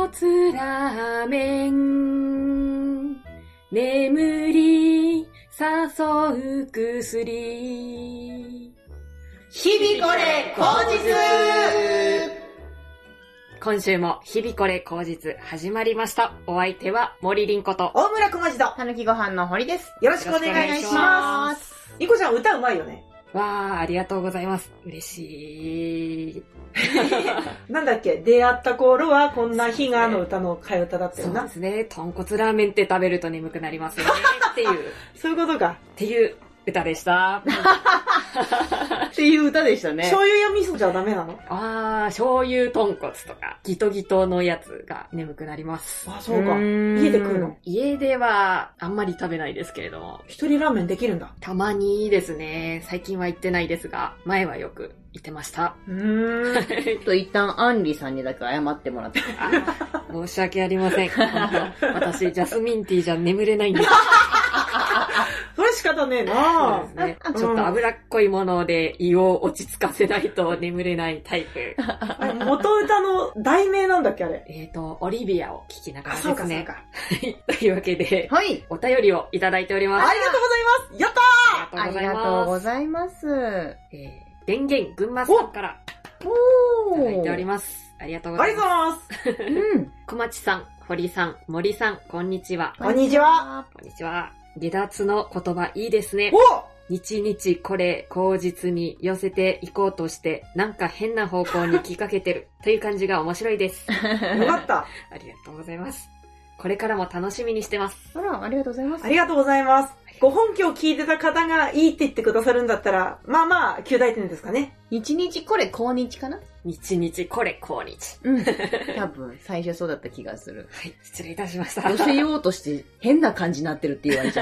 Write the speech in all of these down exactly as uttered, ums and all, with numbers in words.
骨ラーメン、眠り誘う薬。 日々これ口実。 今週も日々これ口実始まりました。お相手は森凛子と大村小町とたぬきご飯の堀です。 よろしくお願いします。リコちゃん歌うまいよね。 わー、ありがとうございます。嬉しい。 なんだっけ、出会った頃はこんな日がの歌の替え歌だったよな。 そうですね。豚骨ラーメンって食べると眠くなりますよね。っていう。 そういうことか。 っていう歌でした。 っていう歌でしたね。 醤油や味噌じゃダメなの？ あー、醤油豚骨とか、ギトギトのやつが眠くなります。 あ、そうか。家で食うの？ 家ではあんまり食べないですけれども。 一人ラーメンできるんだ。 たまにですね。最近は行ってないですが、前はよく行ってました。 うーん。 ちょっと一旦アンリさんにだけ謝ってもらって。 申し訳ありません。私、ジャスミンティーじゃ眠れないんです。 それ仕方ねえな。 そうですね。ちょっと脂っこいもので胃を落ち着かせないと眠れないタイプ。 元歌の題名なんだっけあれ。 えっと、オリビアを聞きながらですね。 そうかそうか。 というわけで、 はい。 お便りをいただいております。 ありがとうございます。やったー。 ありがとうございます。 えー、電源群馬さんからおいただいております。ありがとうございます。 ありがとうございます。 うん。 小町さん、堀さん、森さん、こんにちは。 こんにちは。 こんにちは。下脱の言葉いいですね。 お日々これ口実に寄せていこうとしてなんか変な方向に聞きかけてるという感じが面白いです。 よかった。 ありがとうございます。これからも楽しみにしてます。 あら、ありがとうございます。 ありがとうございます。ご本家を聞いてた方がいいって言ってくださるんだったら、まあまあ、旧大点ですかね。 一日これ高日かな？ 日々これ今日。 うん。多分、最初そうだった気がする。 はい、失礼いたしました。 寄せようとして変な感じになってるって言われちゃった。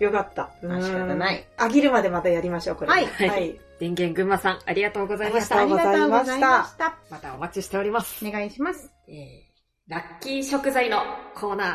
よかった。 まあ仕方ない。 飽きるまでまたやりましょう、これ。 はいはい。 電源群馬さん、ありがとうございました。 ありがとうございました。 またお待ちしております。 お願いします。 えー、ラッキー食材のコーナー。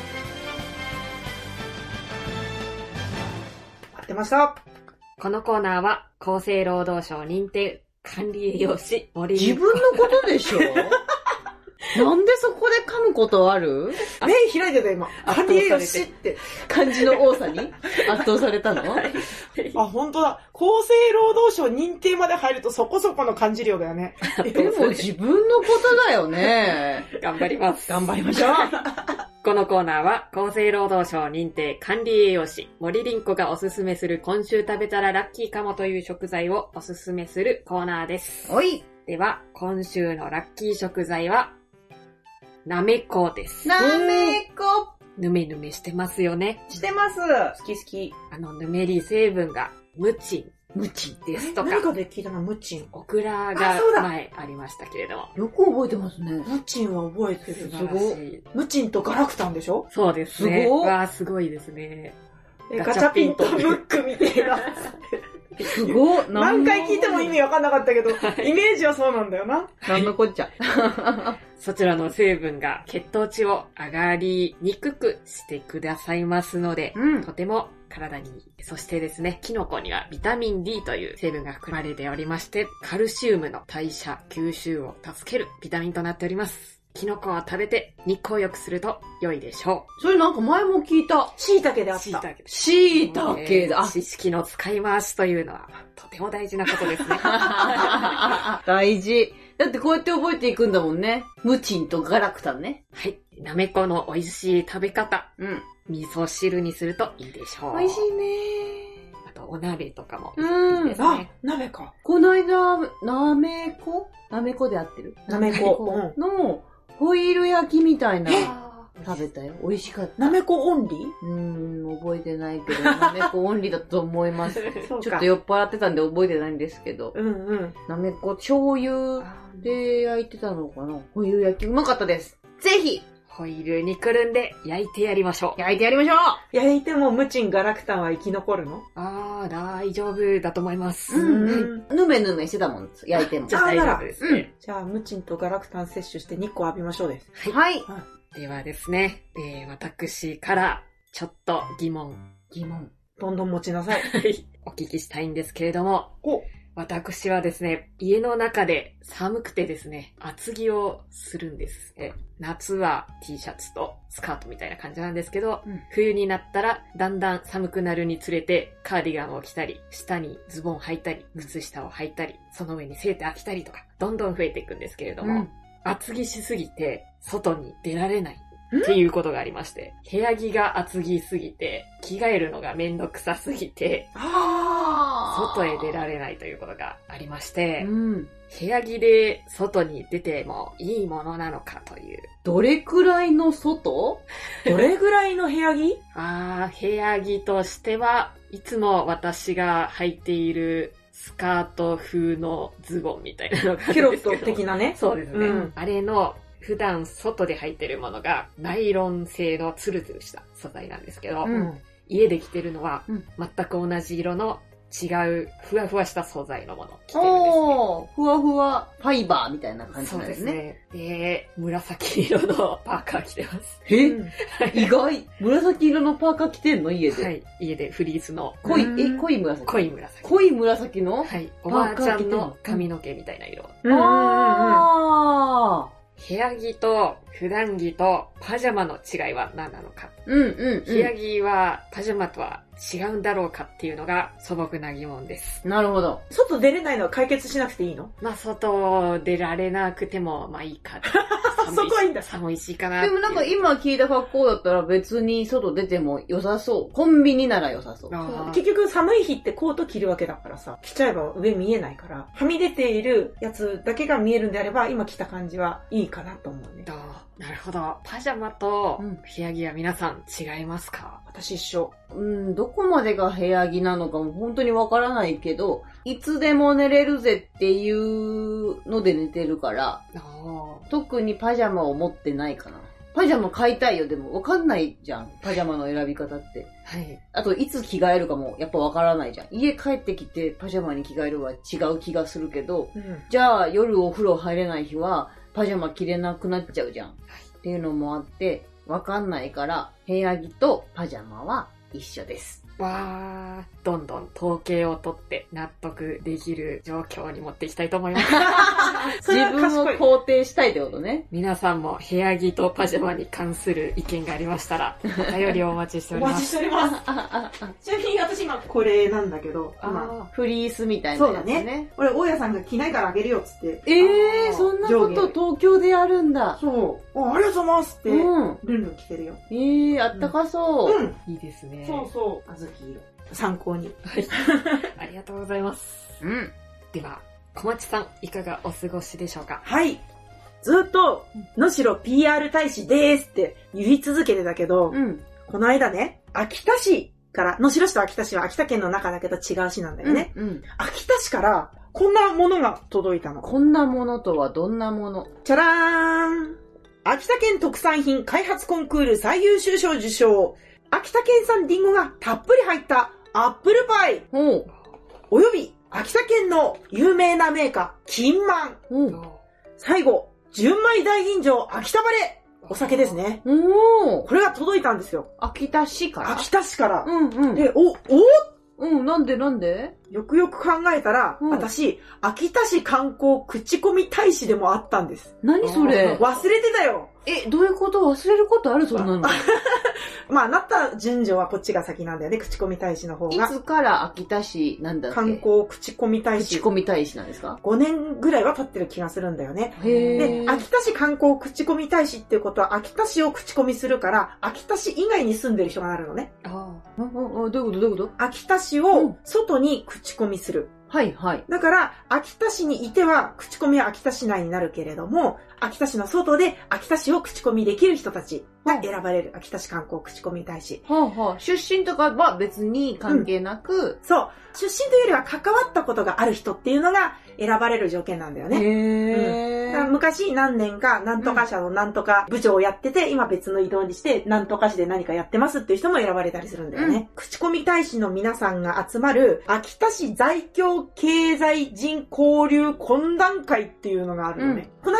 待ってました。 このコーナーは、厚生労働省認定管理栄養士、森自分のことでしょなんでそこで噛むことある？ 目開いてた今。管理栄養士って。 漢字の多さに圧倒されたの？ あ、本当だ。厚生労働省認定まで入るとそこそこの漢字量だよね。 でも自分のことだよね。 頑張ります。 頑張りましょう。 このコーナーは、厚生労働省認定管理栄養士、森凛子がおすすめする今週食べたらラッキーかもという食材をおすすめするコーナーです。 おい。 では、今週のラッキー食材は、なめこです。 なめこ。 ぬめぬめしてますよね。 してます。好き好き。 あの、ぬめり成分が、ムチン。ムチンですとか。 何かで聞いたな、ムチン。 オクラが前ありましたけれども。 よく覚えてますね。 ムチンは覚えてる。 すごい。 ムチンとガラクタンでしょ？ そうですね。 すごい。 わー、すごいですね。 ガチャピンとムックみたいな。 すごい。 何回聞いても意味わかんなかったけど、イメージはそうなんだよな。 なんのこっちゃ。 そちらの成分が血糖値を上がりにくくしてくださいますので、 うん、 とても体にいい。そしてですね、キノコにはビタミン D という成分が含まれておりまして、カルシウムの代謝、吸収を助けるビタミンとなっております。キノコを食べて日光浴すると良いでしょう。それなんか前も聞いた。 椎茸であった。椎茸。 椎茸だ。 知識の使い回しというのはとても大事なことですね。 大事。だってこうやって覚えていくんだもんね。ムチンとガラクタンね。 はい。なめこの美味しい食べ方。 うん。 味噌汁にするといいでしょう。 美味しいね。 あとお鍋とかもいいですね。 あ、鍋か。 この間、なめこなめこで合ってるなめこのホイル焼きみたいな食べたよ。美味しかった。 なめこオンリー？ うーん、覚えてないけど、なめこオンリーだと思います。 そうか。 ちょっと酔っ払ってたんで覚えてないんですけど。 うんうん。 なめこ醤油で焼いてたのかな。ホイル焼きうまかったです。ぜひホイルにくるんで焼いてやりましょう。 焼いてやりましょう。 焼いてもムチンガラクタンは生き残るの？ あー、大丈夫だと思います。 うんうん。ぬめぬめしてたもん、焼いても。 じゃあ大丈夫ですね。うん、 じゃあ、ムチンとガラクタン摂取して日光浴びましょうです。 はい。 はい、 ではですね、えー、私からちょっと疑問。 疑問。 どんどん持ちなさい。 お聞きしたいんですけれども、 私はですね、家の中で寒くてですね、厚着をするんですね。夏は T シャツとスカートみたいな感じなんですけど、 うん、 冬になったらだんだん寒くなるにつれてカーディガンを着たり、下にズボン履いたり、靴下を履いたり、その上にセーター着たりとか、どんどん増えていくんですけれども、うん、厚着しすぎて外に出られないっていうことがありまして、部屋着が厚着すぎて、着替えるのがめんどくさすぎて、外へ出られないということがありまして、うん、部屋着で外に出てもいいものなのかという。 どれくらいの外？ どれくらいの部屋着？ あー、部屋着としては、いつも私が履いているスカート風のズボンみたいなのがあるんですけど。 キュロット的なね。 そうですね。 うん、 あれの、普段外で履いてるものがナイロン製のツルツルした素材なんですけど、うん、家で着てるのは全く同じ色の違うふわふわした素材のものを着てるんですね。 おー、ふわふわファイバーみたいな感じなんですね。 そうですね。で、紫色のパーカー着てます。 え、うん、意外。紫色のパーカー着てんの家で。 はい。家でフリースの。 濃い、え、濃い紫濃い紫。 濃い紫のはい。おばあちゃんの髪の毛みたいな色。 うん、あー。 部屋着と普段着とパジャマの違いは何なのか。 うんうんうん。 部屋着はパジャマとは違うんだろうかっていうのが素朴な疑問です。 なるほど。 外出れないのは解決しなくていいの？ まあ、外出られなくても、まあいいか。 そこはいいんだ。 寒いしかな。 でもなんか今聞いた格好だったら別に外出ても良さそう。コンビニなら良さそう。 結局寒い日ってコート着るわけだからさ、着ちゃえば上見えないから、はみ出ているやつだけが見えるんであれば、今着た感じはいいかなと思うね。 なるほど。パジャマと部屋着は皆さん違いますか？ うん、私一緒。 うん、どこまでが部屋着なのかも本当にわからないけど、いつでも寝れるぜっていうので寝てるから、特にパジャマを持ってないかな。パジャマ買いたいよ、でもわかんないじゃん。パジャマの選び方って。 はい。 あと、いつ着替えるかもやっぱわからないじゃん。家帰ってきてパジャマに着替えるは違う気がするけど、うん、じゃあ夜お風呂入れない日はパジャマ着れなくなっちゃうじゃん。はい、っていうのもあって、わかんないから、部屋着とパジャマは一緒です。 わー、どんどん統計を取って納得できる状況に持っていきたいと思います。 自分を肯定したいってことね。 皆さんも部屋着とパジャマに関する意見がありましたら、お便りをお待ちしております。 お待ちしております。ちなみに私今これなんだけど、 今フリースみたいなやつね。そうだね。 俺、大家さんが着ないからあげるよっつって。 えー、そんなこと東京でやるんだ。 そう。ありがとうございますって、うん、ルンルン着てるよ。 えー、あったかそう。 うん。いいですね。 そうそう。小豆色。参考に。 はい。ありがとうございます。 うん。 では、小町さん、いかがお過ごしでしょうか？ はい。ずっと、能代 ピーアール 大使でーすって言い続けてたけど、うん、この間ね、秋田市から、能代市と秋田市は秋田県の中だけど違う市なんだよね。うんうん、秋田市から、こんなものが届いたの。 こんなものとはどんなもの？ じゃらーん。秋田県特産品開発コンクール最優秀賞受賞。秋田県産リンゴがたっぷり入ったアップルパイ。 お, および、秋田県の有名なメーカー、金満。最後、純米大吟醸秋田バレ。お酒ですね。 おこれが届いたんですよ。 秋田市から秋田市から。 うんうん。 で、お、おうん、なんでなんでよくよく考えたら、うん、私、秋田市観光口コミ大使でもあったんです。 何それ？ 忘れてたよ。 え、どういうこと？忘れることある？そんなの。 まあ、なった順序はこっちが先なんだよね、口コミ大使の方が。 いつから秋田市なんだっけ？ 観光口コミ大使。 口コミ大使なんですか？ ごねんぐらいは経ってる気がするんだよね。 へー。 で、秋田市観光口コミ大使っていうことは、秋田市を口コミするから、秋田市以外に住んでる人がなるのね。 ああ。どういうことどういうこと？ 秋田市を外に口コミする。 はいはい。 だから、秋田市にいては、口コミは秋田市内になるけれども、秋田市の外で秋田市を口コミできる人たちが選ばれる、秋田市観光口コミ大使。 はあはあ、出身とかは別に関係なく、 うん、そう。出身というよりは関わったことがある人っていうのが選ばれる条件なんだよね。 へー。 うん、昔何年かなんとか社のなんとか部長をやってて、うん、今別の移動にしてなんとか市で何かやってますっていう人も選ばれたりするんだよね。うん、口コミ大使の皆さんが集まる秋田市在京経済人交流懇談会っていうのがあるのね。うん、この間私が参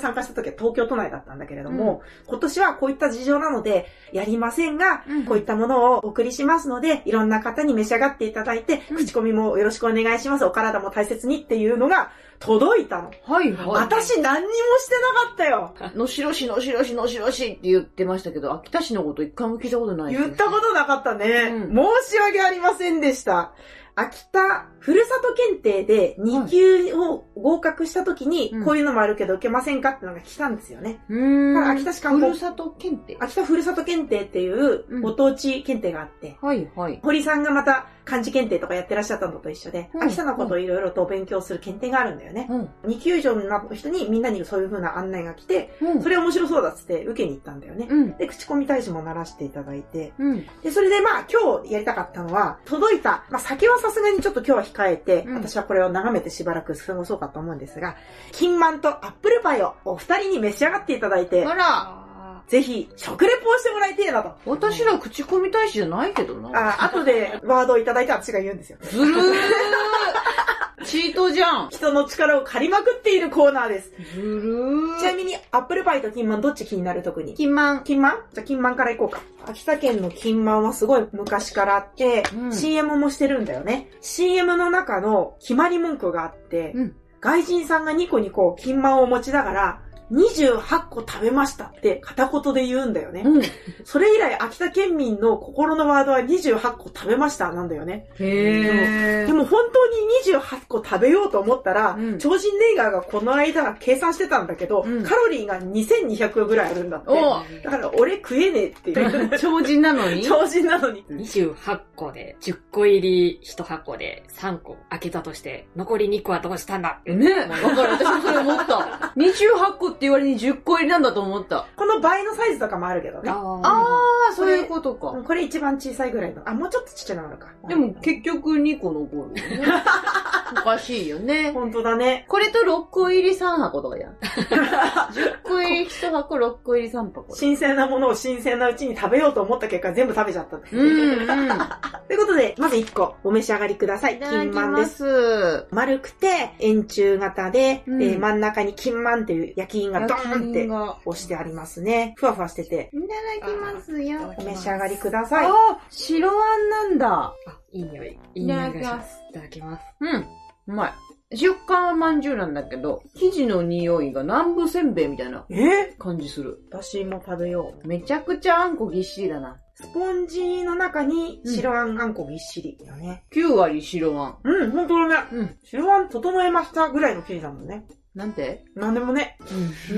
参加した時は東京都内だったんだけれども、うん、今年はこういった事情なので、やりませんが、うん、こういったものをお送りしますので、いろんな方に召し上がっていただいて、うん、口コミもよろしくお願いします。お体も大切にっていうのが届いたの。 はいはい。 私何にもしてなかったよ。 のしろしのしろしのしろしって言ってましたけど、秋田市のこと一回も聞いたことないです。 言ったことなかったね。うん、申し訳ありませんでした。秋田、ふるさと検定でに級を合格した時に、こういうのもあるけど受けませんかってのが来たんですよね。 うん。 だから秋田市観光。 ふるさと検定秋田ふるさと検定っていうご当地検定があって、 うん、はいはい。 堀さんがまた漢字検定とかやってらっしゃったのと一緒で、うん、秋田のことをいろいろと勉強する検定があるんだよね。うん、に級以上の人にみんなにそういう風な案内が来て、うん、それ面白そうだっつって受けに行ったんだよね。うん、で、口コミ大使もならしていただいて、うん、で、それでまあ今日やりたかったのは、届いた、まあ酒はさすがにちょっと今日は控えて、うん、私はこれを眺めてしばらく過ごそうかと思うんですが、金満とアップルパイをお二人に召し上がっていただいて、 あらぜひ、食レポをしてもらいてえなと。 私ら口コミ大使じゃないけどな。 あ、後でワードをいただいて私が言うんですよ。 ずるーチートじゃん。 人の力を借りまくっているコーナーです。 ずるーちなみに、アップルパイと金満どっち気になる特に？ 金満。 金満？じゃあ金満から行こうか。秋田県の金満はすごい昔からあって、うん、シーエム もしてるんだよね。シーエム の中の決まり文句があって、うん、外人さんがニコニコ金満を持ちながら、にじゅうはっこ食べましたって片言で言うんだよね。うん、それ以来秋田県民の心のワードはにじゅうはっこ食べましたなんだよね。 へー。 でも本当ににじゅうはっこ食べようと思ったら、うん、超人ネイガーがこの間計算してたんだけど、うん、カロリーがにせんにひゃくぐらいあるんだって。だから俺食えねえっていう。 超人なのに超人なのに。 にじゅうはっこでじゅっこ入りいち箱でさんこ開けたとして、残りにこはどうしたんだねえ。わかる。私もそれ思った。にじゅうはっこって言われにじゅっこ入りなんだと思った。 この倍のサイズとかもあるけどね。 ああ、そういうことか。 これ一番小さいぐらいの。あ、もうちょっとちっちゃいのあるか。 でも結局にこ残るよね。おかしいよね。 本当だね。 これとろっこ入りさん箱とかじゃん。じゅっこ入りいち箱、ろっこ入りさん箱。 新鮮なものを新鮮なうちに食べようと思った結果全部食べちゃった。 うんうん。 ということで、まずいっこお召し上がりください。金満です。丸くて円柱型で、うん、えー、真ん中に金満っていう焼き印がドーンって押してありますね。ふわふわしてて。 いただきますよ。 お召し上がりください。 あ、白あんなんだ。 あ、いい匂い。いい匂いがします。いただきます。 うん。うまい。食感はまんじゅうなんだけど、生地の匂いが南部せんべいみたいな感じする。 私も食べよう。めちゃくちゃあんこぎっしりだな。 スポンジの中に白あん、うん、あんこぎっしりだね。 きゅう割白あん。 うん、ほんとだね。うん。白あん整えましたぐらいの生地だもんね。 なんてなんでもね。うん。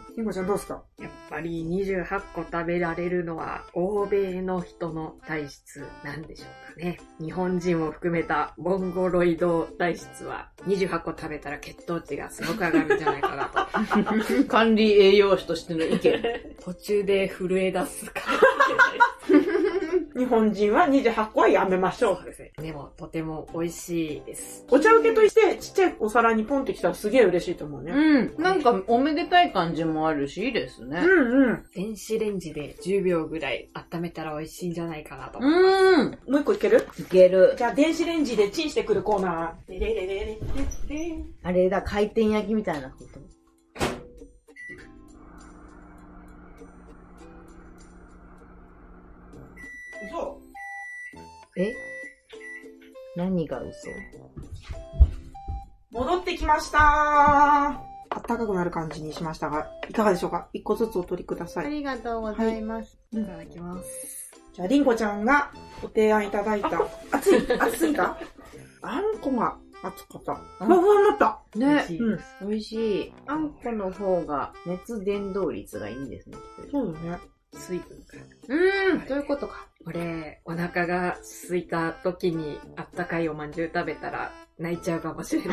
りんごちゃんどうすか？ やっぱりにじゅうはっこ食べられるのは欧米の人の体質なんでしょうかね。日本人を含めたモンゴロイド体質はにじゅうはっこ食べたら血糖値がすごく上がるんじゃないかなと。 管理栄養士としての意見。 途中で震え出すかもしれないです。 日本人はにじゅうはっこはやめましょう。 そうですね。でもとても美味しいです。 お茶受けとしてちっちゃいお皿にポンってきたらすげえ嬉しいと思うね。 うん。なんかおめでたい感じもあるし、いいですね。 うんうん。 電子レンジでじゅうびょうぐらい温めたら美味しいんじゃないかなと思います。うん。 もう一個いける？ いける。 じゃあ電子レンジでチンしてくるコーナー。レレレレレレレ。 あれだ、回転焼きみたいなこと。 嘘？ え？何が嘘？ 戻ってきましたー。あったかくなる感じにしましたが、いかがでしょうか？一個ずつお取りください。 ありがとうございます。 はい、いただきます。 じゃあ、りんごちゃんがご提案いただいた。熱い熱いかあんこが熱かった。ふわふわになった。 ね。うん。美味しい。あんこの方が熱伝導率がいいんですね。 そうだね。 水分が。 うーん、そういうことか。 これ、お腹が空いた時にあったかいおまんじゅう食べたら泣いちゃうかもしれない。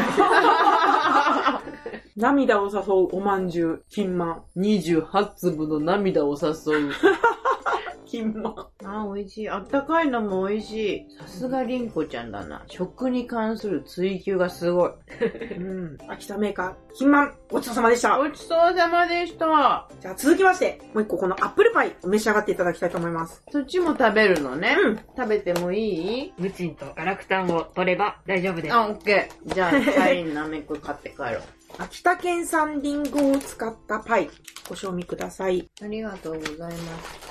涙を誘うおまんじゅう、金満。 にじゅうはちつぶの涙を誘う。 金満。 あ、美味しい。あったかいのも美味しい。さすがりんこちゃんだな。食に関する追求がすごい。 うん。秋田メーカー、金満、ごちそうさまでした。 ごちそうさまでした。 じゃあ続きまして、もう一個このアップルパイお召し上がっていただきたいと思います。 そっちも食べるのね。うん。食べてもいい？ ムチンとガラクタンを取れば大丈夫です。 あ、オッケー。じゃあ、サインなめく買って帰ろう。 秋田県産リンゴを使ったパイ、ご賞味ください。 ありがとうございます。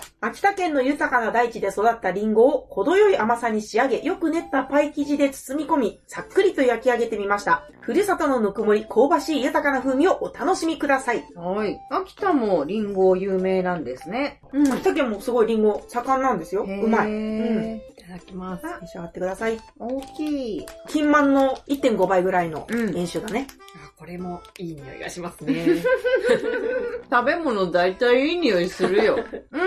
秋田県の豊かな大地で育ったリンゴを程よい甘さに仕上げ、よく練ったパイ生地で包み込み、さっくりと焼き上げてみました。ふるさとのぬくもり、香ばしい豊かな風味をお楽しみください。 はい。秋田もリンゴ有名なんですね。 うん。秋田県もすごいリンゴ盛んなんですよ。うまい。うん。 いただきます。 召し上がってください。 大きい。 金満の いってんご 倍ぐらいの円周だね。 うん、あ、これもいい匂いがしますね。 食べ物大体いい匂いするよ。うん。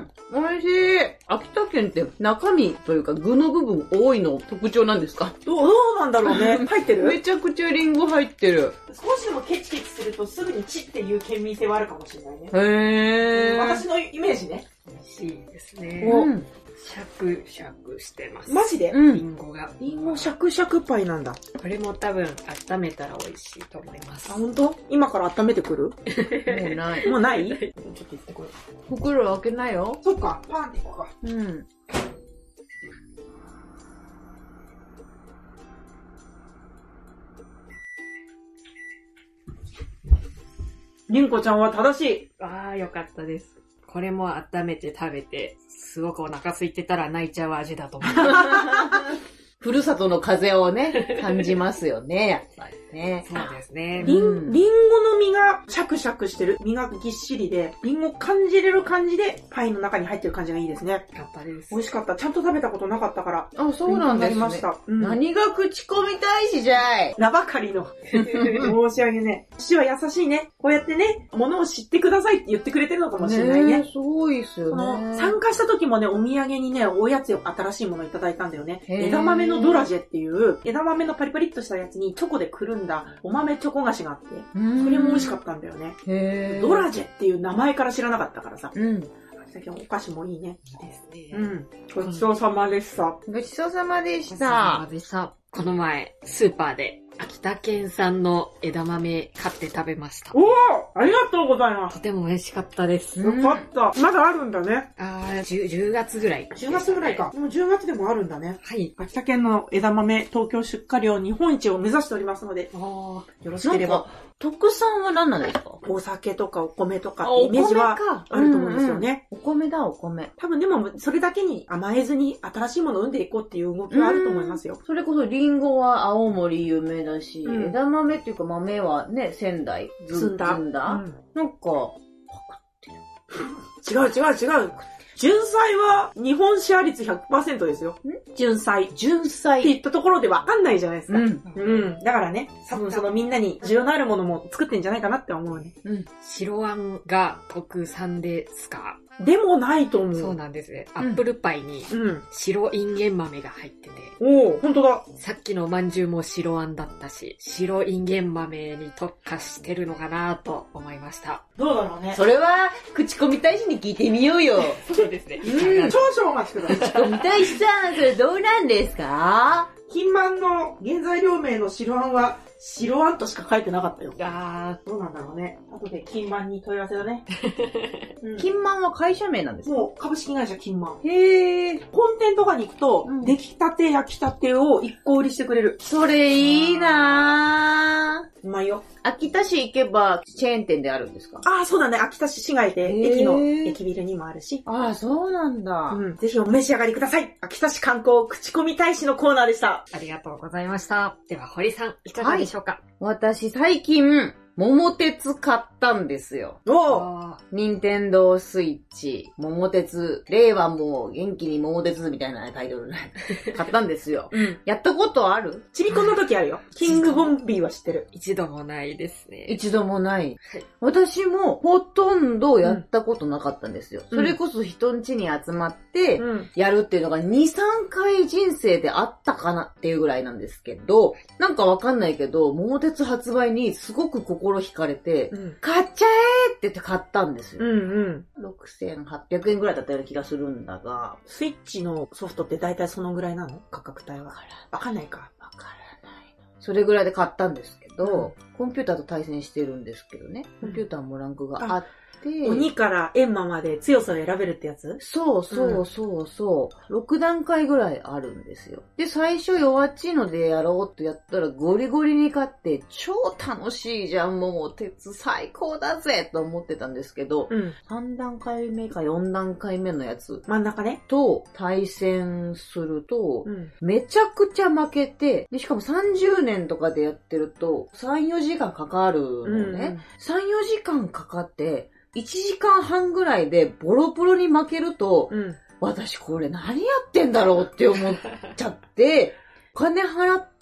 美味しい。秋田県って中身というか具の部分多いの特徴なんですか？ どう、どうなんだろうね。入ってる？ めちゃくちゃリンゴ入ってる。 少しでもケチケチするとすぐにチっていう県民性はあるかもしれないね。 へー。 私のイメージね。 美味しいですね。 うん。 シャクシャクしてます。 マジで？ うん。リンゴが。 リンゴシャクシャクパイなんだ。 これも多分温めたら美味しいと思います。 あ、ほんと？今から温めてくる？もうない。 もうない？ちょっと言ってこい。 袋開けないよ。 そっか、パンっていこうか。 うん。 りんこちゃんは正しい。 ああ、よかったです。これも温めて食べて、すごくお腹空いてたら泣いちゃう味だと思います。 ふるさとの風をね、感じますよね、やっぱりね。 そうですね。 リン、リンゴの実がシャクシャクしてる。実がぎっしりで、リンゴ感じれる感じで、パイの中に入ってる感じがいいですね。 よかったです。 美味しかった。ちゃんと食べたことなかったから。 あ、そうなんですね。 なりました。うん、 何が口コミ大使じゃい。 名ばかりの。申し訳ね。父は優しいね。こうやってね、ものを知ってくださいって言ってくれてるのかもしれないね。 ね、すごいですよね。 参加した時もね、お土産にね、おやつを新しいものをいただいたんだよね。枝豆のドラジェっていう、枝豆のパリパリっとしたやつにチョコでくるんだお豆チョコ菓子があって、それも美味しかったんだよね。 へドラジェっていう名前から知らなかったからさ。 うん。 最近お菓子もいいね。 いいですね。 うん。ごちそうさまでした。 ごちそうさまでした。 ごちそうさまでした。この前、スーパーで秋田県産の枝豆買って食べました。 おー！ありがとうございます。 とても美味しかったです。 よかった。まだあるんだね。 あー、じゅう、じゅうがつぐらい。 じゅうがつぐらいか。もうじゅうがつでもあるんだね。 はい。 秋田県の枝豆、東京出荷量日本一を目指しておりますので、よろしければ。 特産は何なんですか？ お酒とかお米とかってイメージはあると思うんですよね。 お米だ、お米。 多分でも、それだけに甘えずに新しいものを生んでいこうっていう動きはあると思いますよ。 それこそリンゴは青森有名だし、うん、枝豆っていうか豆はね、仙台、 ずんだ。 ずんだ、うん、なんか、 違う違う違う。純菜は日本シェア率 ひゃくパーセント ですよ。ん純菜。 純菜。 って言ったところでわかんないじゃないですか。 うん。 うん。だからね、多分そのみんなに需要のあるものも作ってんじゃないかなって思うね。 うん。白あんが特産ですか？ でもないと思う。 そうなんですね。アップルパイに白インゲン豆が入ってて。 うん、おー、ほんとだ。 さっきのおまんじゅうも白あんだったし、白インゲン豆に特化してるのかなと思いました。 どうだろうね。 それは、口コミ大使に聞いてみようよ。 そうですね。 うん、少々お待ちください。 口コミ大使さん、それどうなんですか？ 金満の原材料名の白あんは、白あんとしか書いてなかったよ。 あー、どうなんだろうね。後で金満に問い合わせだね。 うん、金満は会社名なんですか？ もう株式会社金満。 へー。 本店とかに行くと、うん、出来たて焼きたてを一個売りしてくれる。 それいいなー。うまいよ。 秋田市行けばチェーン店であるんですか？ ああ、そうだね。秋田市市外で駅の駅ビルにもあるし。 ああ、そうなんだ。 うん。ぜひお召し上がりください。秋田市観光口コミ大使のコーナーでした。 ありがとうございました。では、堀さん、いかがでしょうか？ はい、私、最近、桃鉄買ったんですよ。 おー。 任天堂スイッチ、桃鉄、令和も元気に桃鉄みたいなタイトルで買ったんですよ。うん。やったことある？ チリコンの時あるよ。キングボンビーは知ってる。 一度もないですね。 一度もない。 はい、 私もほとんどやったことなかったんですよ。うん、それこそ人ん家に集まって、やるっていうのがに、さんかい人生であったかなっていうぐらいなんですけど、なんかわかんないけど、桃鉄発売にすごく心心惹かれて、うん、買っちゃえって言って買ったんですよ。 うんうん。 ろくせんはっぴゃくえんぐらいだったような気がするんだが。 スイッチのソフトって大体そのぐらいなの？価格帯は。わかんないか。 わからない。それぐらいで買ったんですけど、うん、コンピューターと対戦してるんですけどね。コンピューターもランクがあって、 て、 鬼から閻魔まで強さを選べるってやつ？ そうそうそうそう、うん、ろく段階ぐらいあるんですよ。で、最初弱っちいのでやろうってやったらゴリゴリに勝って超楽しいじゃん、もう鉄最高だぜと思ってたんですけど、うん、さん段階目かよん段階目のやつ。 真ん中ね。と対戦すると、うん、めちゃくちゃ負けて、で、しかもさんじゅうねんとかでやってるとさん、よじかんかかるのね。うん、さん、よじかんかかって、いちじかんはんぐらいでボロボロに負けると、うん、私これ何やってんだろうって思っちゃって、お金払って、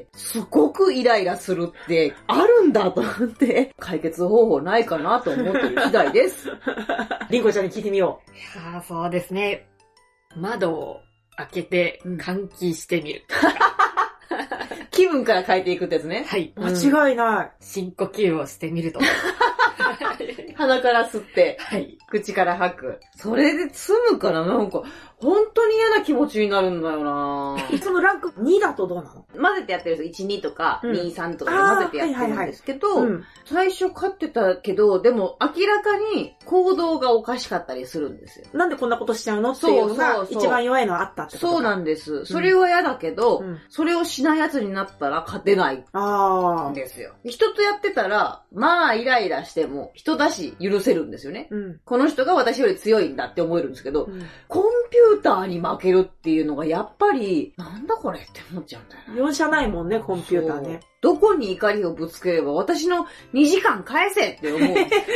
すごくイライラするってあるんだと思って、解決方法ないかなと思ってる次第です。 りんこちゃんに聞いてみよう。いやー、そうですね。窓を開けて換気してみる。 うん、気分から変えていくってやつね。 はい。 間違いない。 深呼吸をしてみると。 鼻から吸って、はい、口から吐く。それで済むからなんか、本当に嫌な気持ちになるんだよなぁ。そのランクにだとどうなの？ 混ぜてやってるんですよ。いち、にとか、うん、に、さんとかで混ぜてやってるんですけど、はいはいはいうん、最初勝ってたけど、でも明らかに行動がおかしかったりするんですよ。 なんでこんなことしちゃうのっていうのが一番弱いのはあったってことか。 そうなんです。それは嫌だけど、うん、それをしないやつになったら勝てないんですよ。人とやってたら、まあイライラしても人だし許せるんですよね。うん、この人が私より強いんだって思えるんですけど、うん、コンピューターに負けるっていうのがやっぱり、なんだこれって思っちゃうんだよね。 容赦ないもんね、コンピューターね。 どこに怒りをぶつければ私のにじかん返せって思う。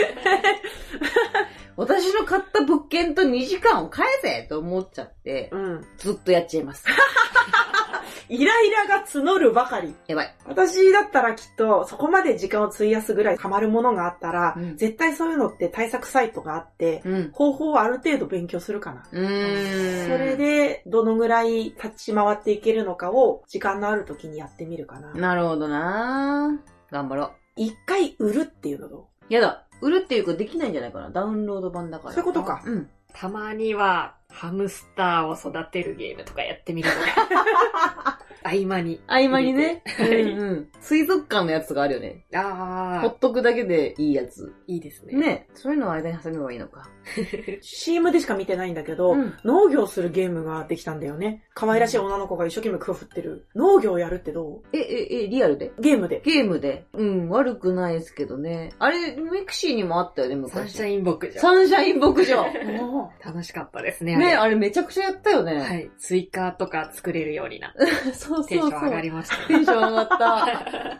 私の買った物件とにじかんを返せと思っちゃって、うん、ずっとやっちゃいます。 イライラが募るばかり。 やばい。 私だったらきっとそこまで時間を費やすぐらいハマるものがあったら、うん、絶対そういうのって対策サイトがあって、うん、方法をある程度勉強するかな。うーん。それでどのぐらい立ち回っていけるのかを時間のある時にやってみるかな。 なるほどなぁ。頑張ろう。 一回売るっていうのどう？やだ。売るっていうかできないんじゃないかな。ダウンロード版だから。 そういうことか。 うん。たまにはハムスターを育てるゲームとかやってみると合間に。 合間にね。うんうん。水族館のやつとかあるよね。ああ。ほっとくだけでいいやつ。 いいですね。 ね。そういうのを間に挟めばいいのか。 シーエム でしか見てないんだけど、うん、農業するゲームができたんだよね。可愛らしい女の子が一生懸命クワ振ってる。農業やるってどう？ え、え、え、リアルで？ ゲームで。 ゲームで。うん、悪くないですけどね。あれ、ミクシーにもあったよね、昔。 サンシャイン牧場。 サンシャイン牧場。 楽しかったですね。 ね、あれめちゃくちゃやったよね。 はい。追加とか作れるようになって。そうそうそう。テンション上がりました。 テンション上がった。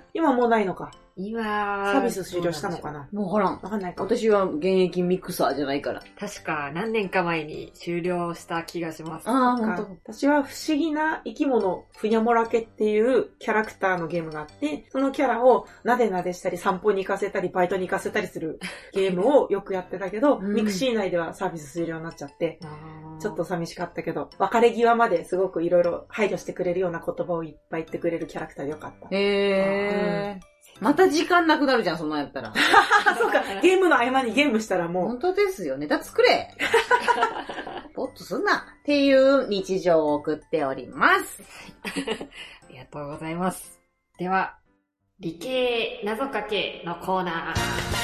今もうないのか。 今、 サービス終了したのかな？ もうほらん。 わかんないか。 私は現役ミクサーじゃないから。 確か何年か前に終了した気がします。 ああ、ほんと。私は不思議な生き物、ふにゃもらけっていうキャラクターのゲームがあって、そのキャラをなでなでしたり散歩に行かせたりバイトに行かせたりするゲームをよくやってたけど、うん、ミクシー内ではサービス終了になっちゃって、ちょっと寂しかったけど、別れ際まですごくいろいろ配慮してくれるような言葉をいっぱい言ってくれるキャラクターでよかった。 へー。うんまた時間なくなるじゃん、そんなんやったら。 そうか、ゲームの合間にゲームしたらもう。 本当ですよ、ネタ作れ。ポッとすんな。っていう日常を送っております。 ありがとうございます。では、理系謎かけのコーナー。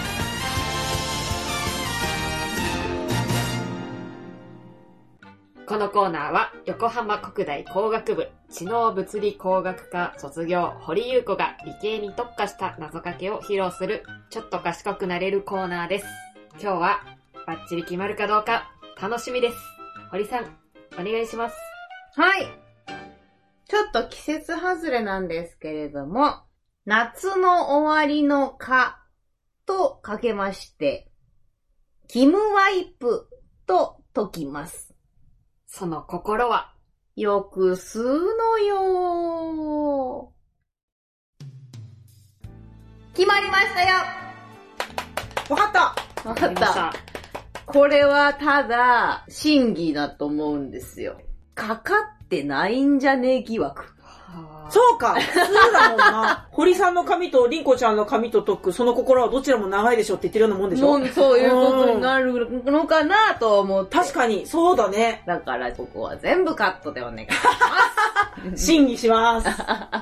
このコーナーは横浜国大工学部知能物理工学科卒業堀優子が理系に特化した謎かけを披露するちょっと賢くなれるコーナーです。今日はバッチリ決まるかどうか楽しみです。堀さん、お願いします。 はい。ちょっと季節外れなんですけれども、夏の終わりの蚊とかけまして、キムワイプと解きます。 その心は、 よく吸うのよー。決まりましたよ。 わかった。 わかった。これはただ、真偽だと思うんですよ。かかってないんじゃねえ疑惑。 そうかそうだもんな。堀さんの髪とリンコちゃんの髪と解く、その心はどちらも長いでしょって言ってるようなもんでしょ。 もうそういうことになるのかなと思って。 確かに、そうだね。 だからここは全部カットでお願いします。 審議します。 合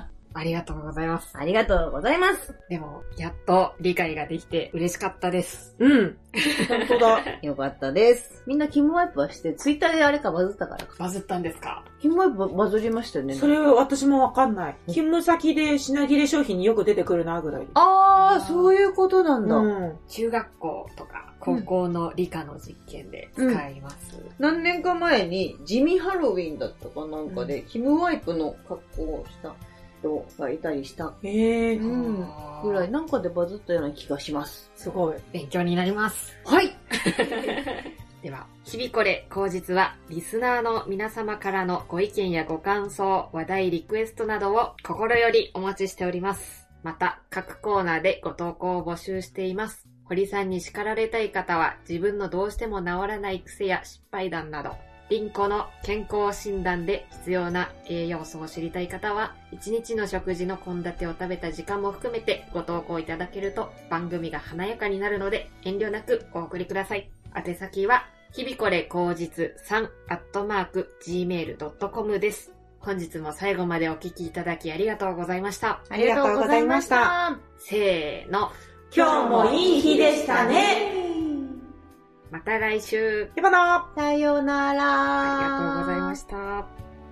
ありがとうございます。 ありがとうございます。 でも、やっと理解ができて嬉しかったです。 うん。本当だ。 よかったです。みんなキムワイプはして、ツイッターであれかバズったからか。 バズったんですか？ キムワイプバズりましたよね。 それ私もわかんない。勤務先で品切れ商品によく出てくるな、ぐらい。 あー、そういうことなんだ。うん、 中学校とか高校の理科の実験で使います。うんうん、 何年か前に地味ハロウィンだったかなんかで、うん、キムワイプの格好をした人がいたりした。 へー。 うん。ぐらいなんかでバズったような気がします。 すごい。勉強になります。 はい。 では、日々これ口実は、リスナーの皆様からのご意見やご感想、話題、リクエストなどを心よりお待ちしております。また、各コーナーでご投稿を募集しています。堀さんに叱られたい方は、自分のどうしても治らない癖や失敗談など、リンコの健康診断で必要な栄養素を知りたい方は、一日の食事の献立を食べた時間も含めてご投稿いただけると番組が華やかになるので遠慮なくお送りください。宛先は、日々これ口実さんアットマークジーメールドットコム です。本日も最後までお聞きいただきありがとうございました。 ありがとうございました。 せーの。 今日もいい日でしたね。 また来週。 やばな。 さようなら。 ありがとうございました。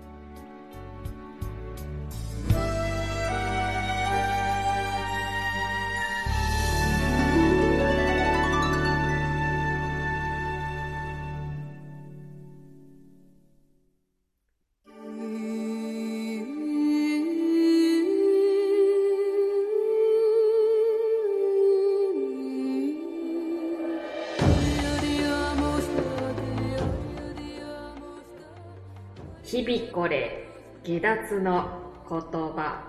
日々これ下脱の言葉。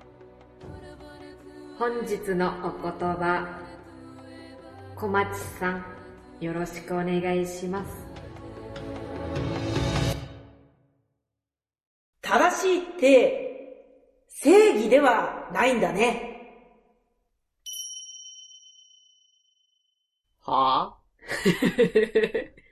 本日のお言葉、小町さんよろしくお願いします。 正しいって正義ではないんだね。 はぁ、あ